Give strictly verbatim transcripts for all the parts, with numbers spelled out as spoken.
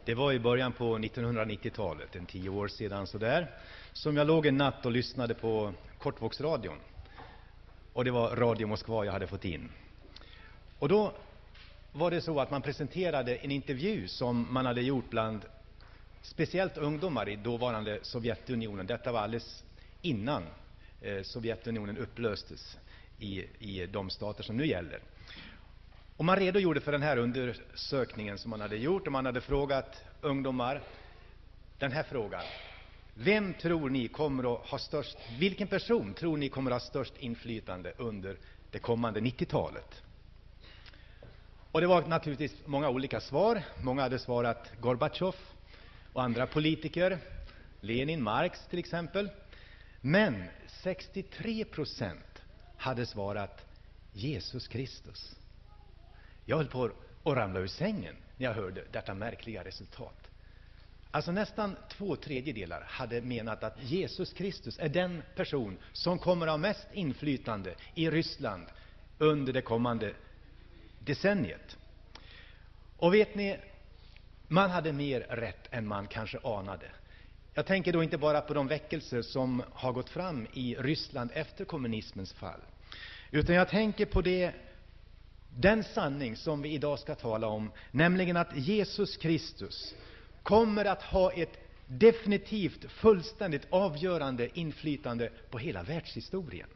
Det var i början på nittonhundranittiotalet, en tio år sedan så där, som jag låg en natt och lyssnade på kortvågsradion. Och det var Radio Moskva jag hade fått in. Och då var det så att man presenterade en intervju som man hade gjort bland speciellt ungdomar i dåvarande Sovjetunionen. Detta var alldeles innan eh, Sovjetunionen upplöstes i, i de stater som nu gäller. Och man redogjorde för den här undersökningen som man hade gjort, och man hade frågat ungdomar den här frågan: vem tror ni kommer att ha störst, vilken person tror ni kommer att ha störst inflytande under det kommande nittiotalet? Och det var naturligtvis många olika svar. Många hade svarat Gorbatjov och andra politiker, Lenin, Marx till exempel. Men sextiotre procent hade svarat Jesus Kristus. Jag höll på att ramla ur sängen när jag hörde detta märkliga resultat. Alltså nästan två tredjedelar hade menat att Jesus Kristus är den person som kommer att ha mest inflytande i Ryssland under det kommande decenniet. Och vet ni, man hade mer rätt än man kanske anade. Jag tänker då inte bara på de väckelser som har gått fram i Ryssland efter kommunismens fall, utan jag tänker på det, den sanning som vi idag ska tala om, nämligen att Jesus Kristus kommer att ha ett definitivt, fullständigt avgörande inflytande på hela världshistorien.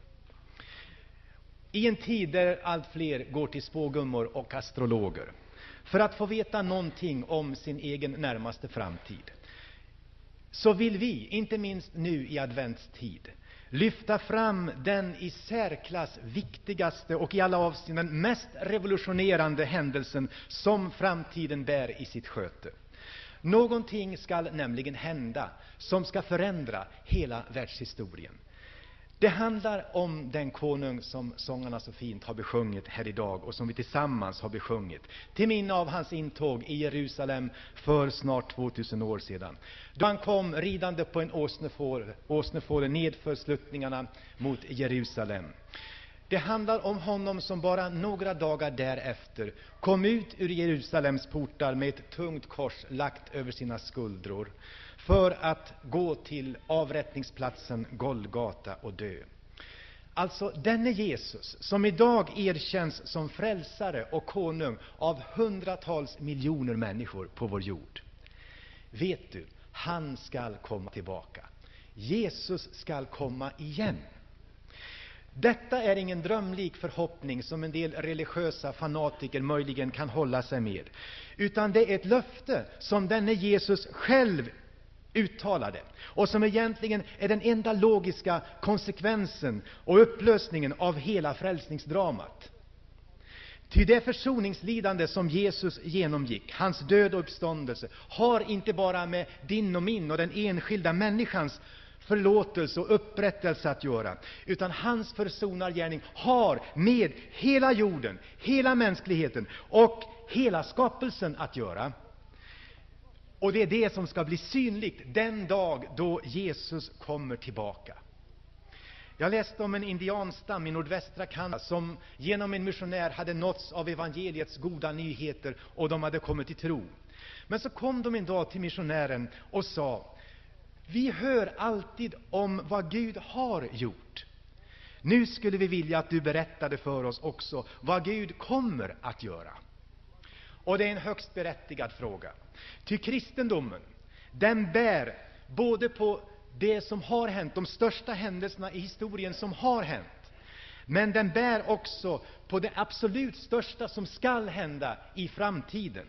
I en tid där allt fler går till spågummor och astrologer för att få veta någonting om sin egen närmaste framtid, så vill vi, inte minst nu i adventstid, lyfta fram den i särklass viktigaste och i alla avseenden mest revolutionerande händelsen som framtiden bär i sitt sköte. Någonting ska nämligen hända som ska förändra hela världshistorien. Det handlar om den konung som sångarna så fint har besjungit här idag och som vi tillsammans har besjungit till minne av hans intåg i Jerusalem för snart tvåtusen år sedan. Då han kom ridande på en åsnefår, åsnefåre nedför sluttningarna mot Jerusalem. Det handlar om honom som bara några dagar därefter kom ut ur Jerusalems portar med ett tungt kors lagt över sina skuldror för att gå till avrättningsplatsen Golgata och dö. Alltså denne Jesus som idag erkänns som frälsare och konung av hundratals miljoner människor på vår jord. Vet du, han skall komma tillbaka. Jesus skall komma igen. Detta är ingen drömlik förhoppning som en del religiösa fanatiker möjligen kan hålla sig med, utan det är ett löfte som denne Jesus själv uttalade och som egentligen är den enda logiska konsekvensen och upplösningen av hela frälsningsdramat. Ty det försoningslidande som Jesus genomgick, hans död och uppståndelse, har inte bara med din och min och den enskilda människans förlåtelse och upprättelse att göra, utan hans försonargärning har med hela jorden, hela mänskligheten och hela skapelsen att göra. Och det är det som ska bli synligt den dag då Jesus kommer tillbaka. Jag läste om en indianstam i nordvästra Kanada som genom en missionär hade nåtts av evangeliets goda nyheter och de hade kommit till tro. Men så kom de en dag till missionären och sa: vi hör alltid om vad Gud har gjort. Nu skulle vi vilja att du berättade för oss också vad Gud kommer att göra. Och det är en högst berättigad fråga. Ty kristendomen, den bär både på det som har hänt, de största händelserna i historien som har hänt, men den bär också på det absolut största som skall hända i framtiden.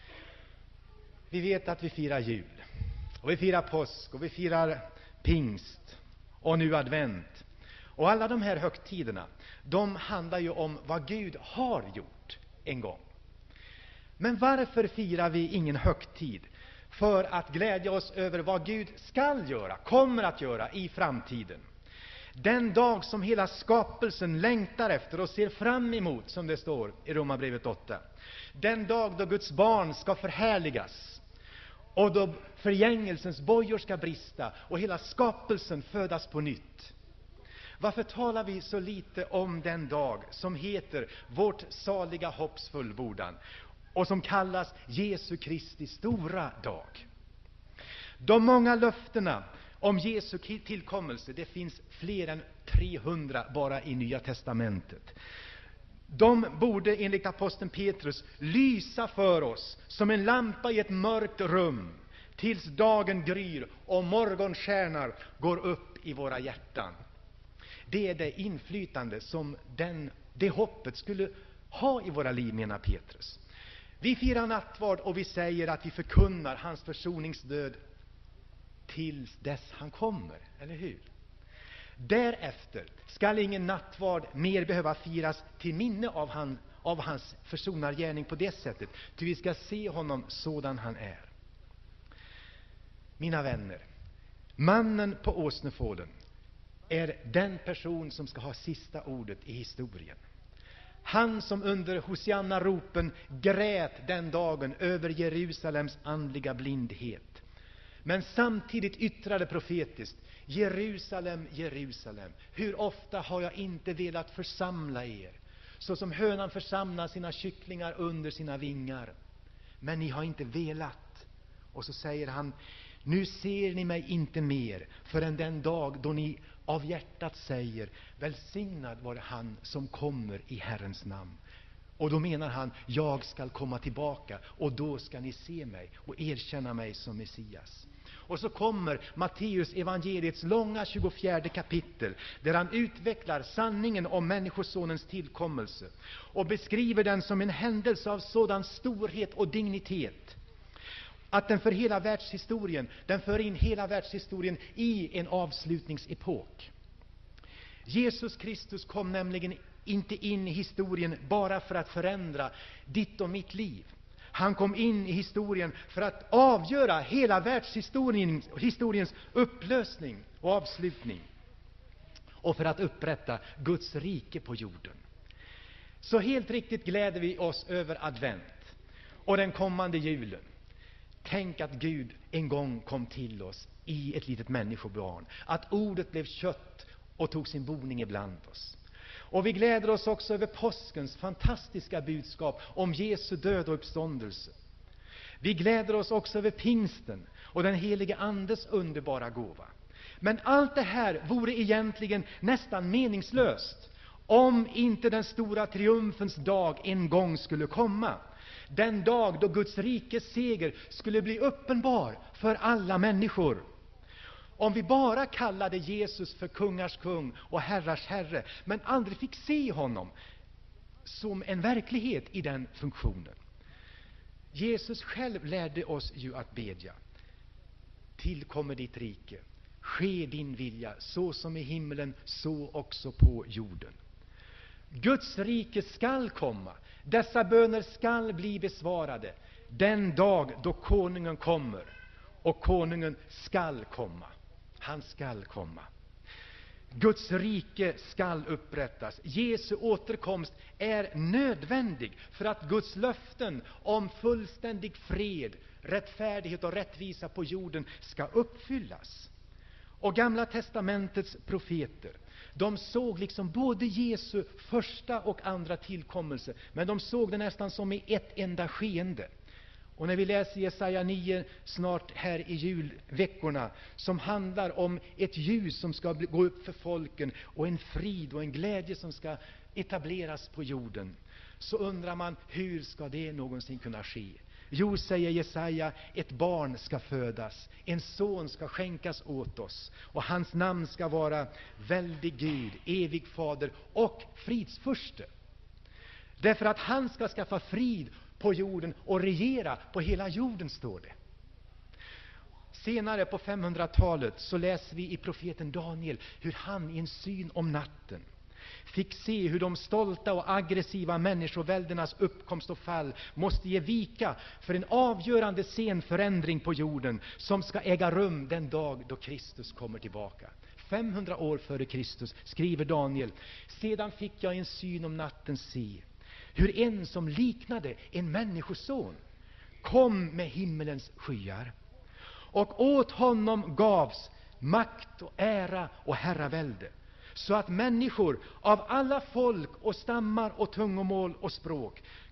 Vi vet att vi firar jul, och vi firar påsk, och vi firar pingst, och nu advent. Och alla de här högtiderna, de handlar ju om vad Gud har gjort en gång. Men varför firar vi ingen högtid för att glädja oss över vad Gud skall göra, kommer att göra i framtiden? Den dag som hela skapelsen längtar efter och ser fram emot, som det står i Romarbrevet åtta. Den dag då Guds barn ska förhärligas och då förgängelsens bojor ska brista och hela skapelsen födas på nytt. Varför talar vi så lite om den dag som heter vårt saliga hopps fullbordan? och som kallas Jesu Kristi stora dag. De många löftena om Jesu tillkommelse, det finns fler än trehundra bara i Nya testamentet. De borde enligt aposteln Petrus lysa för oss som en lampa i ett mörkt rum tills dagen gryr och morgonstjärnor går upp i våra hjärtan. Det är det inflytande som den, det hoppet skulle ha i våra liv, menar Petrus. Vi firar nattvard och vi säger att vi förkunnar hans försoningsdöd tills dess han kommer, eller hur? Därefter skall ingen nattvard mer behöva firas till minne av, han, av hans försonargärning på det sättet, ty vi ska se honom sådan han är. Mina vänner, mannen på åsnefålen är den person som ska ha sista ordet i historien. Han som under Hosianna-ropen grät den dagen över Jerusalems andliga blindhet, men samtidigt yttrade profetiskt: Jerusalem, Jerusalem, hur ofta har jag inte velat församla er, så som hönan församlar sina kycklingar under sina vingar, men ni har inte velat. Och så säger han: nu ser ni mig inte mer förrän den dag då ni av hjärtat säger: välsignad var han som kommer i Herrens namn. Och då menar han: jag skall komma tillbaka, och då ska ni se mig och erkänna mig som Messias. Och så kommer Matteus evangeliets långa tjugofjärde kapitel, där han utvecklar sanningen om människosonens tillkommelse och beskriver den som en händelse av sådan storhet och dignitet att den för hela världshistorien, den för in hela världshistorien i en avslutningsepok. Jesus Kristus kom nämligen inte in i historien bara för att förändra ditt och mitt liv. Han kom in i historien för att avgöra hela världshistoriens historiens upplösning och avslutning, och för att upprätta Guds rike på jorden. Så helt riktigt gläder vi oss över advent och den kommande julen. Tänk att Gud en gång kom till oss i ett litet människobarn, att ordet blev kött och tog sin boning ibland oss. Och vi gläder oss också över påskens fantastiska budskap om Jesu död och uppståndelse. Vi gläder oss också över pingsten och den helige Andes underbara gåva. Men allt det här vore egentligen nästan meningslöst om inte den stora triumfens dag en gång skulle komma. Den dag då Guds rikes seger skulle bli uppenbar för alla människor. Om vi bara kallade Jesus för kungars kung och herrars herre, men aldrig fick se honom som en verklighet i den funktionen. Jesus själv lärde oss ju att bedja: tillkommer ditt rike, ske din vilja, så som i himlen, så också på jorden. Guds rike skall komma. Dessa böner skall bli besvarade den dag då konungen kommer. Och konungen skall komma. Han skall komma. Guds rike skall upprättas. Jesu återkomst är nödvändig för att Guds löften om fullständig fred, rättfärdighet och rättvisa på jorden ska uppfyllas. Och Gamla testamentets profeter, de såg liksom både Jesu första och andra tillkommelse, men de såg det nästan som i ett enda skeende. Och när vi läser Jesaja nio snart här i julveckorna, som handlar om ett ljus som ska gå upp för folken och en frid och en glädje som ska etableras på jorden, så undrar man: hur ska det någonsin kunna ske? Jo, säger Jesaja, ett barn ska födas, en son ska skänkas åt oss, och hans namn ska vara väldig Gud, evig fader och fridsfurste. Därför att han ska skaffa frid på jorden och regera på hela jorden, står det. Senare på femhundratalet så läser vi i profeten Daniel hur han i en syn om natten fick se hur de stolta och aggressiva människoväldernas uppkomst och fall måste ge vika för en avgörande scenförändring på jorden som ska äga rum den dag då Kristus kommer tillbaka. femhundra år före Kristus skriver Daniel: sedan fick jag en syn om natten se hur en som liknade en människoson kom med himmelens skyar, och åt honom gavs makt och ära och herravälde, så att människor av alla folk och stammar och tungomål och språk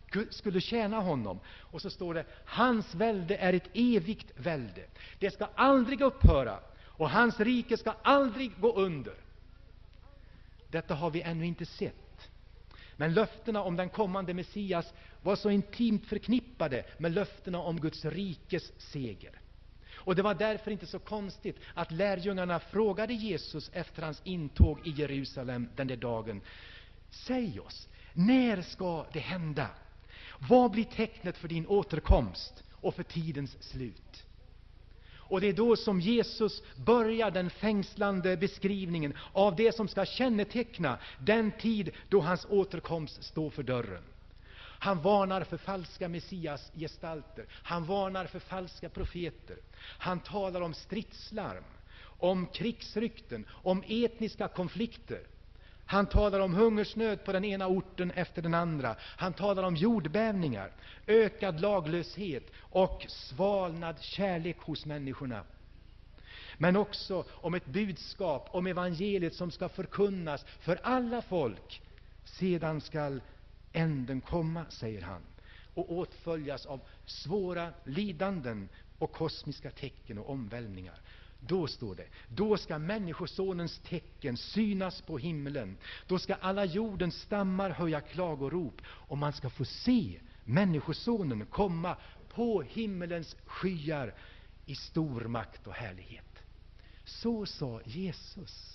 skulle tjäna honom. Och så står det, hans välde är ett evigt välde. Det ska aldrig upphöra och hans rike ska aldrig gå under. Detta har vi ännu inte sett. Men löftena om den kommande Messias var så intimt förknippade med löftena om Guds rikes seger. Och det var därför inte så konstigt att lärjungarna frågade Jesus efter hans intåg i Jerusalem den där dagen. Säg oss, när ska det hända? Vad blir tecknet för din återkomst och för tidens slut? Och det är då som Jesus börjar den fängslande beskrivningen av det som ska känneteckna den tid då hans återkomst står för dörren. Han varnar för falska Messias gestalter. Han varnar för falska profeter. Han talar om stridslarm, om krigsrykten, om etniska konflikter. Han talar om hungersnöd på den ena orten efter den andra. Han talar om jordbävningar, ökad laglöshet och svalnad kärlek hos människorna. Men också om ett budskap om evangeliet som ska förkunnas för alla folk. Sedan skall änden komma, säger han, och åtföljas av svåra lidanden och kosmiska tecken och omvälvningar. Då står det, då ska människosonens tecken synas på himlen. Då ska alla jordens stammar höja klagorop och man ska få se människosonen komma på himmelens skyar i stor makt och härlighet. Så sa Jesus.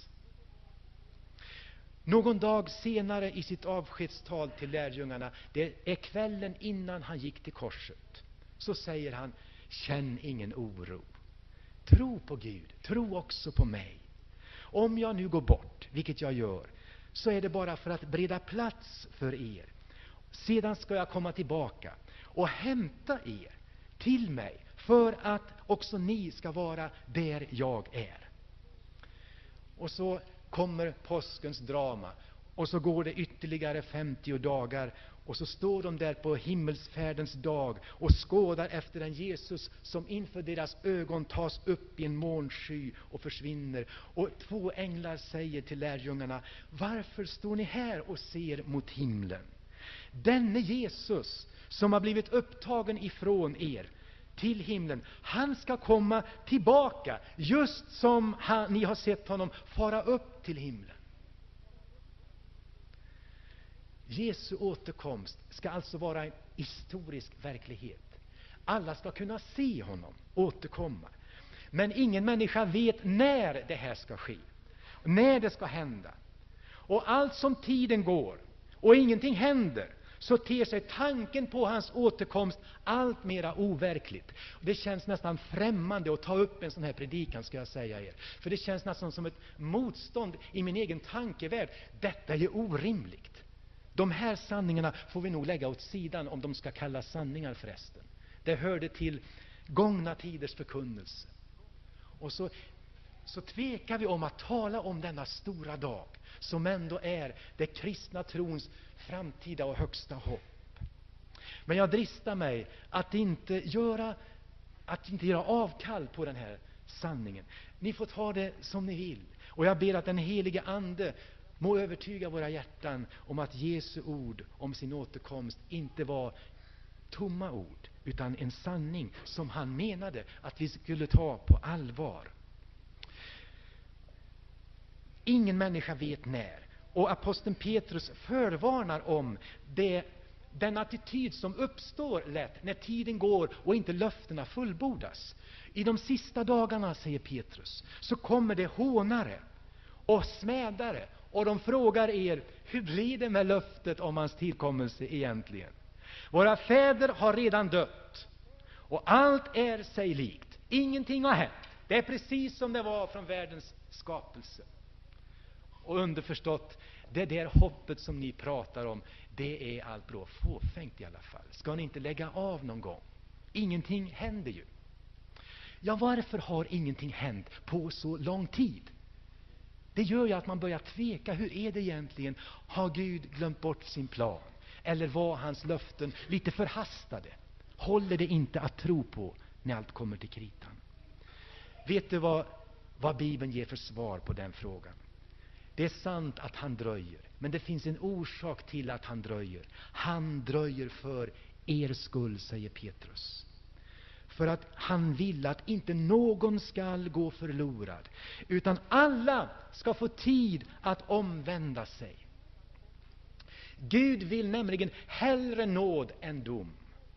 Någon dag senare i sitt avskedstal till lärjungarna, det är kvällen innan han gick till korset, så säger han, känn ingen oro. Tro på Gud, tro också på mig. Om jag nu går bort, vilket jag gör, så är det bara för att bereda plats för er. Sedan ska jag komma tillbaka och hämta er till mig för att också ni ska vara där jag är. Och så kommer påskens drama. Och så går det ytterligare femtio dagar. Och så står de där på himmelsfärdens dag och skådar efter den Jesus som inför deras ögon tas upp i en molnsky och försvinner. Och två änglar säger till lärjungarna, varför står ni här och ser mot himlen? Denne Jesus som har blivit upptagen ifrån er till himlen, han ska komma tillbaka just som han, ni har sett honom fara upp till himlen. Jesu återkomst ska alltså vara en historisk verklighet. Alla ska kunna se honom återkomma. Men ingen människa vet när det här ska ske, när det ska hända. Och allt som tiden går och ingenting händer, så ter sig tanken på hans återkomst allt mera overkligt. Det känns nästan främmande att ta upp en sån här predikan, ska jag säga er. För det känns nästan som ett motstånd i min egen tankevärld. Detta är orimligt. De här sanningarna får vi nog lägga åt sidan, om de ska kallas sanningar förresten. Det hörde till gångna tiders förkunnelse. Och så, så tvekar vi om att tala om denna stora dag, som ändå är det kristna trons framtida och högsta hopp. Men jag dristar mig att inte göra, att inte göra avkall på den här sanningen. Ni får ta det som ni vill. Och jag ber att den helige Ande må övertyga våra hjärtan om att Jesu ord om sin återkomst inte var tomma ord, utan en sanning som han menade att vi skulle ta på allvar. Ingen människa vet när. Och aposteln Petrus förvarnar om det, den attityd som uppstår lätt när tiden går och inte löftena fullbordas. I de sista dagarna, säger Petrus, så kommer det hånare och smädare. Och de frågar er, hur blir det med löftet om hans tillkommelse egentligen? Våra fäder har redan dött. Och allt är sig likt. Ingenting har hänt. Det är precis som det var från världens skapelse. Och underförstått, det där hoppet som ni pratar om, det är allt bra fåfängt i alla fall. Ska ni inte lägga av någon gång? Ingenting händer ju. Ja, varför har ingenting hänt på så lång tid? Det gör ju att man börjar tveka. Hur är det egentligen? Har Gud glömt bort sin plan? Eller var hans löften lite förhastade? Håller det inte att tro på när allt kommer till kritan? Vet du vad, vad Bibeln ger för svar på den frågan? Det är sant att han dröjer. Men det finns en orsak till att han dröjer. Han dröjer för er skull, säger Petrus. För att han vill att inte någon skall gå förlorad, utan alla ska få tid att omvända sig. Gud vill nämligen hellre nåd än dom.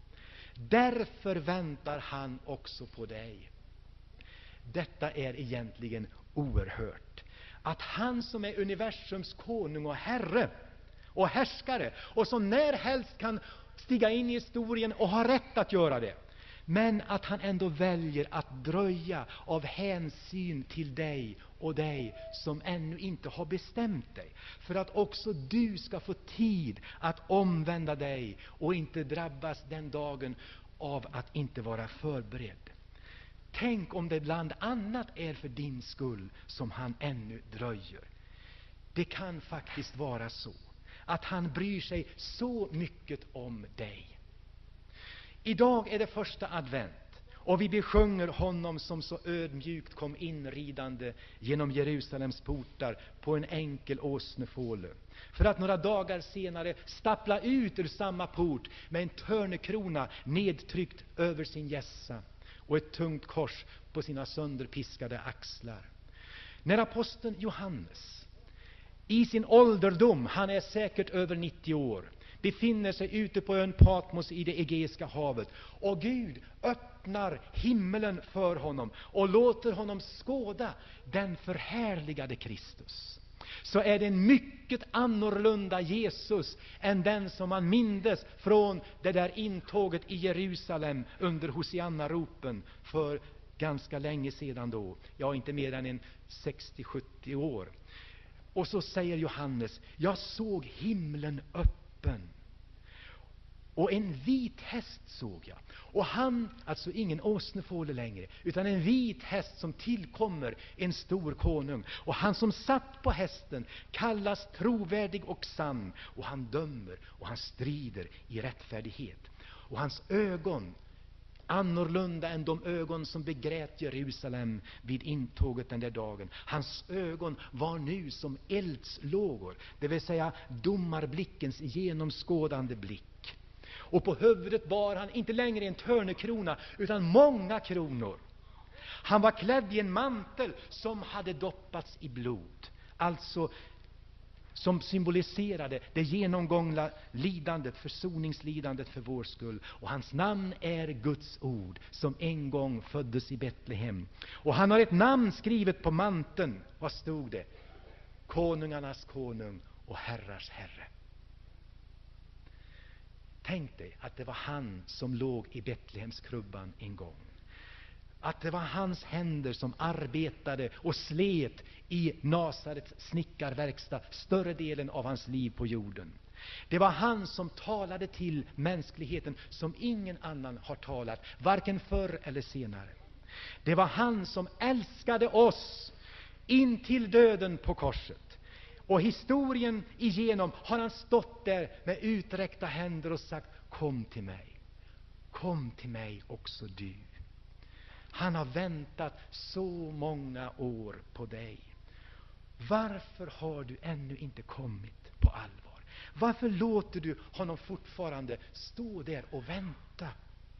Därför väntar han också på dig. Detta är egentligen oerhört. Att han som är universums konung och herre och härskare, och som när helst kan stiga in i historien och ha rätt att göra det, men att han ändå väljer att dröja av hänsyn till dig och dig som ännu inte har bestämt dig, för att också du ska få tid att omvända dig och inte drabbas den dagen av att inte vara förberedd. Tänk om det bland annat är för din skull som han ännu dröjer. Det kan faktiskt vara så att han bryr sig så mycket om dig. Idag är det första advent, och vi besjunger honom som så ödmjukt kom inridande genom Jerusalems portar på en enkel åsnefåle, för att några dagar senare stappla ut ur samma port med en törnekrona nedtryckt över sin hjässa och ett tungt kors på sina sönderpiskade axlar. När aposteln Johannes i sin ålderdom, han är säkert över nittio år, befinner sig ute på ön Patmos i det Egeiska havet, och Gud öppnar himmelen för honom och låter honom skåda den förhärligade Kristus, så är det en mycket annorlunda Jesus än den som man mindes från det där intåget i Jerusalem under Hosianna-ropen för ganska länge sedan då, ja inte mer än en sextio sjuttio år. Och så säger Johannes: jag såg himlen öppen, och en vit häst såg jag. Och han, alltså ingen åsnefåle längre, utan en vit häst som tillkommer en stor konung. Och han som satt på hästen kallas trovärdig och sann, och han dömer och han strider i rättfärdighet. Och hans ögon, annorlunda än de ögon som begrät Jerusalem vid intåget den där dagen, hans ögon var nu som eldslågor, det vill säga domarblickens genomskådande blick. Och på huvudet bar han inte längre en törnekrona, utan många kronor. Han var klädd i en mantel som hade doppats i blod, alltså som symboliserade det genomgångna lidandet, försoningslidandet för vår skull. Och hans namn är Guds ord, som en gång föddes i Betlehem. Och han har ett namn skrivet på manteln. Vad stod det? Konungarnas konung och herrars herre. Tänk dig att det var han som låg i Betlehems krubban en gång. Att det var hans händer som arbetade och slet i Nasarets snickarverkstad större delen av hans liv på jorden. Det var han som talade till mänskligheten som ingen annan har talat, varken förr eller senare. Det var han som älskade oss in till döden på korset. Och historien igenom har han stått där med uträckta händer och sagt: kom till mig, kom till mig också du. Han har väntat så många år på dig. Varför har du ännu inte kommit på allvar? Varför låter du honom fortfarande stå där och vänta?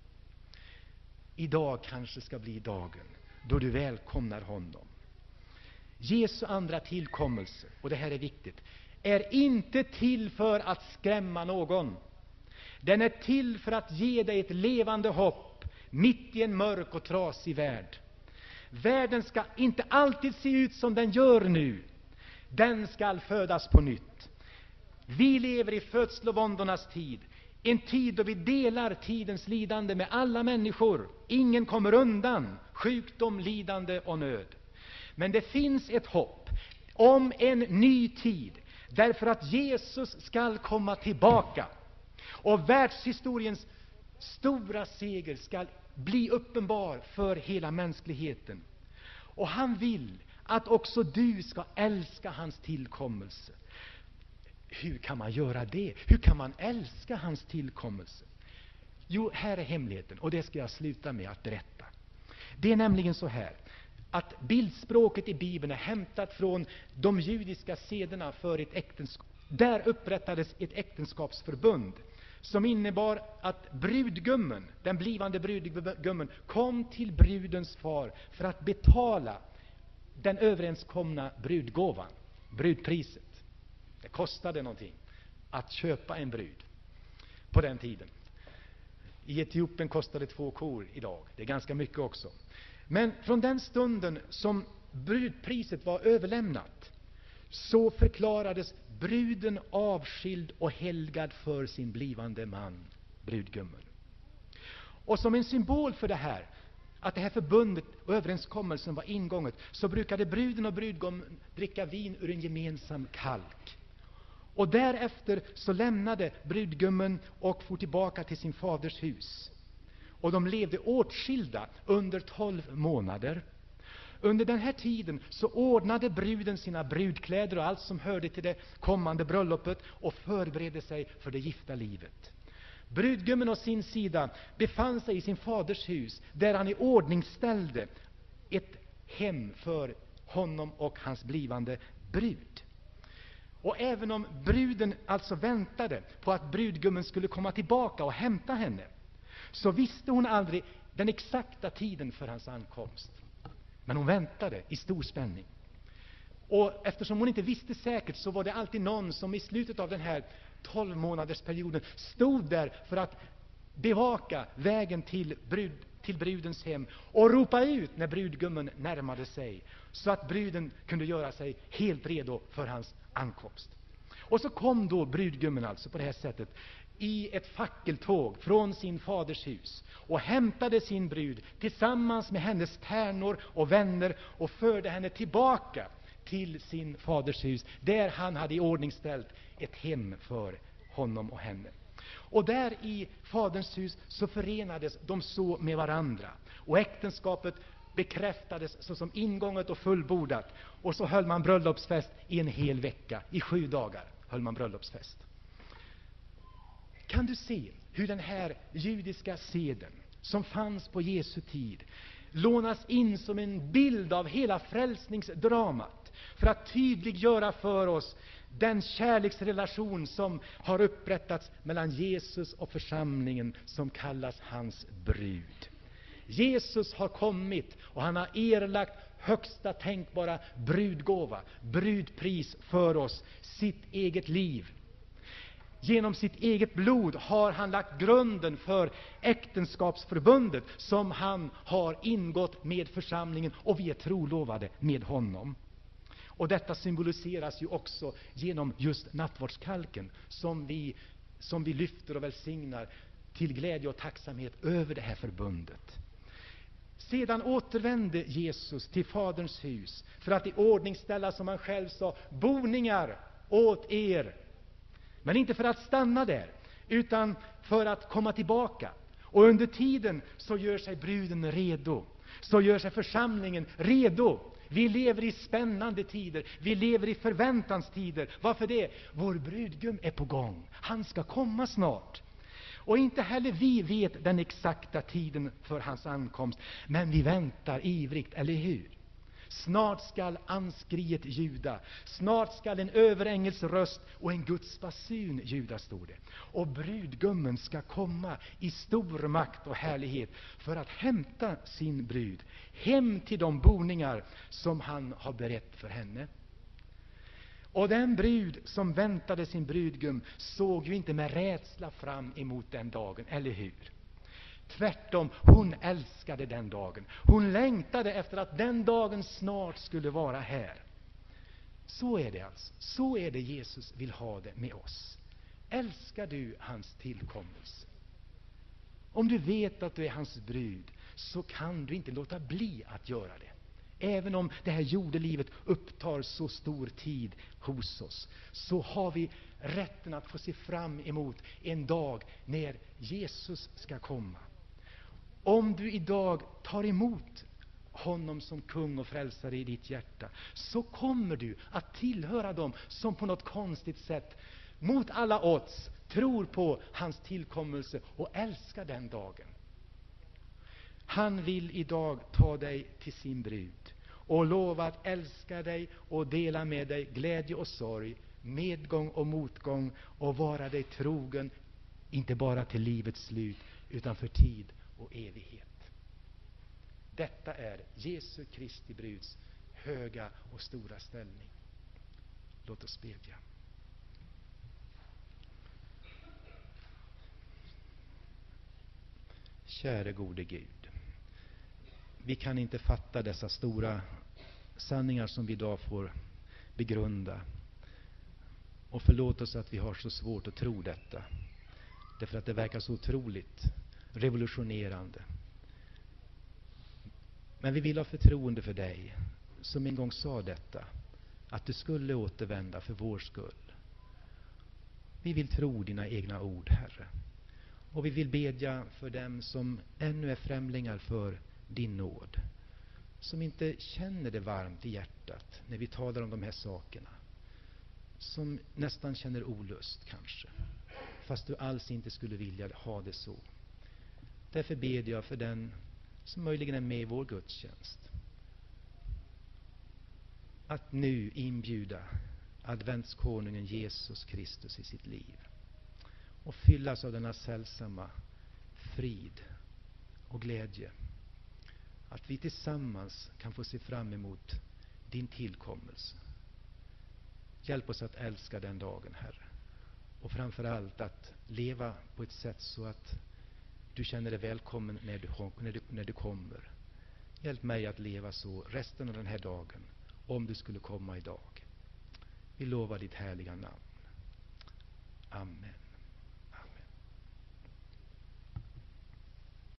Idag kanske ska bli dagen då du välkomnar honom. Jesu andra tillkommelse, och det här är viktigt, är inte till för att skrämma någon. Den är till för att ge dig ett levande hopp mitt i en mörk och trasig värld. Världen ska inte alltid se ut som den gör nu. Den ska födas på nytt. Vi lever i födslovåndornas tid. En tid då vi delar tidens lidande med alla människor. Ingen kommer undan sjukdom, lidande och nöd. Men det finns ett hopp om en ny tid, därför att Jesus skall komma tillbaka. Och världshistoriens stora seger skall bli uppenbar för hela mänskligheten. Och han vill att också du ska älska hans tillkommelse. Hur kan man göra det? Hur kan man älska hans tillkommelse? Jo, här är hemligheten, och det ska jag sluta med att berätta. Det är nämligen så här, att bildspråket i Bibeln är hämtat från de judiska sederna för ett äktenskap. Där upprättades ett äktenskapsförbund som innebar att brudgummen, den blivande brudgummen, kom till brudens far för att betala den överenskomna brudgåvan, brudpriset. Det kostade någonting att köpa en brud på den tiden. I Etiopien kostade två kor idag. Det är ganska mycket också. Men från den stunden som brudpriset var överlämnat så förklarades bruden avskild och helgad för sin blivande man, brudgummen. Och som en symbol för det här, att det här förbundet och överenskommelsen var ingånget, så brukade bruden och brudgummen dricka vin ur en gemensam kalk. Och därefter så lämnade brudgummen och for tillbaka till sin faders hus. Och de levde åtskilda under tolv månader. Under den här tiden så ordnade bruden sina brudkläder och allt som hörde till det kommande bröllopet och förberedde sig för det gifta livet. Brudgummen å sin sida befann sig i sin faders hus, där han i ordning ställde ett hem för honom och hans blivande brud. Och även om bruden alltså väntade på att brudgummen skulle komma tillbaka och hämta henne, så visste hon aldrig den exakta tiden för hans ankomst. Men hon väntade i stor spänning. Och eftersom hon inte visste säkert, så var det alltid någon som i slutet av den här tolv månaders perioden stod där för att bevaka vägen till, brud, till brudens hem och ropa ut när brudgummen närmade sig, så att bruden kunde göra sig helt redo för hans ankomst. Och så kom då brudgummen alltså på det här sättet i ett fackeltåg från sin faders hus och hämtade sin brud tillsammans med hennes tärnor och vänner och förde henne tillbaka till sin faders hus, där han hade i ordning ställt ett hem för honom och henne. Och där i faderns hus så förenades de så med varandra, och äktenskapet bekräftades såsom ingånget och fullbordat. Och så höll man bröllopsfest i en hel vecka, i sju dagar höll man bröllopsfest. Kan du se hur den här judiska seden som fanns på Jesu tid lånas in som en bild av hela frälsningsdramat, för att tydliggöra för oss den kärleksrelation som har upprättats mellan Jesus och församlingen som kallas hans brud. Jesus har kommit och han har erlagt högsta tänkbara brudgåva, brudpris för oss, sitt eget liv. Genom sitt eget blod har han lagt grunden för äktenskapsförbundet som han har ingått med församlingen, och vi är trolovade med honom. Och detta symboliseras ju också genom just nattvardskalken som vi, som vi lyfter och välsignar till glädje och tacksamhet över det här förbundet. Sedan återvände Jesus till faderns hus för att i ordning ställa, som han själv sa, boningar åt er. Men inte för att stanna där, utan för att komma tillbaka. Och under tiden så gör sig bruden redo. Så gör sig församlingen redo. Vi lever i spännande tider. Vi lever i förväntans tider. Varför det? Vår brudgum är på gång. Han ska komma snart. Och inte heller vi vet den exakta tiden för hans ankomst. Men vi väntar ivrigt, eller hur? Snart skall anskriet ljuda. Snart skall en överängels röst och en Guds basun ljuda, står det. Och brudgummen ska komma i stor makt och härlighet för att hämta sin brud hem till de boningar som han har berett för henne. Och den brud som väntade sin brudgum såg ju inte med rädsla fram emot den dagen, eller hur? Tvärtom, hon älskade den dagen. Hon längtade efter att den dagen snart skulle vara här. Så är det alltså. Så är det Jesus vill ha det med oss. Älskar du hans tillkommelse? Om du vet att du är hans brud, så kan du inte låta bli att göra det. Även om det här jordelivet upptar så stor tid hos oss, så har vi rätten att få se fram emot en dag när Jesus ska komma. Om du idag tar emot honom som kung och frälsare i ditt hjärta, så kommer du att tillhöra dem som på något konstigt sätt, mot alla odds, tror på hans tillkommelse och älskar den dagen. Han vill idag ta dig till sin brud och lova att älska dig och dela med dig glädje och sorg medgång och motgång och vara dig trogen, inte bara till livets slut utan för tid och evighet. Detta är Jesu Kristi bruds höga och stora ställning. Låt oss bedja. Käre gode Gud, vi kan inte fatta dessa stora sanningar som vi idag får begrunda. Och förlåt oss att vi har så svårt att tro detta. Därför att det verkar så otroligt revolutionerande. Men vi vill ha förtroende för dig, som en gång sa detta, att du skulle återvända för vår skull. Vi vill tro dina egna ord, Herre. Och vi vill bedja för dem som ännu är främlingar för din nåd, som inte känner det varmt i hjärtat när vi talar om de här sakerna, som nästan känner olust kanske, fast du alls inte skulle vilja ha det så. Därför ber jag för den som möjligen är med i vår gudstjänst, att nu inbjuda adventskonungen Jesus Kristus i sitt liv och fyllas av denna sällsamma frid och glädje, att vi tillsammans kan få se fram emot din tillkommelse. Hjälp oss att älska den dagen, Herre, och framför allt att leva på ett sätt så att du känner dig välkommen när du, när du, när du kommer. Hjälp mig att leva så resten av den här dagen, om du skulle komma idag. Vi lovar ditt härliga namn. Amen.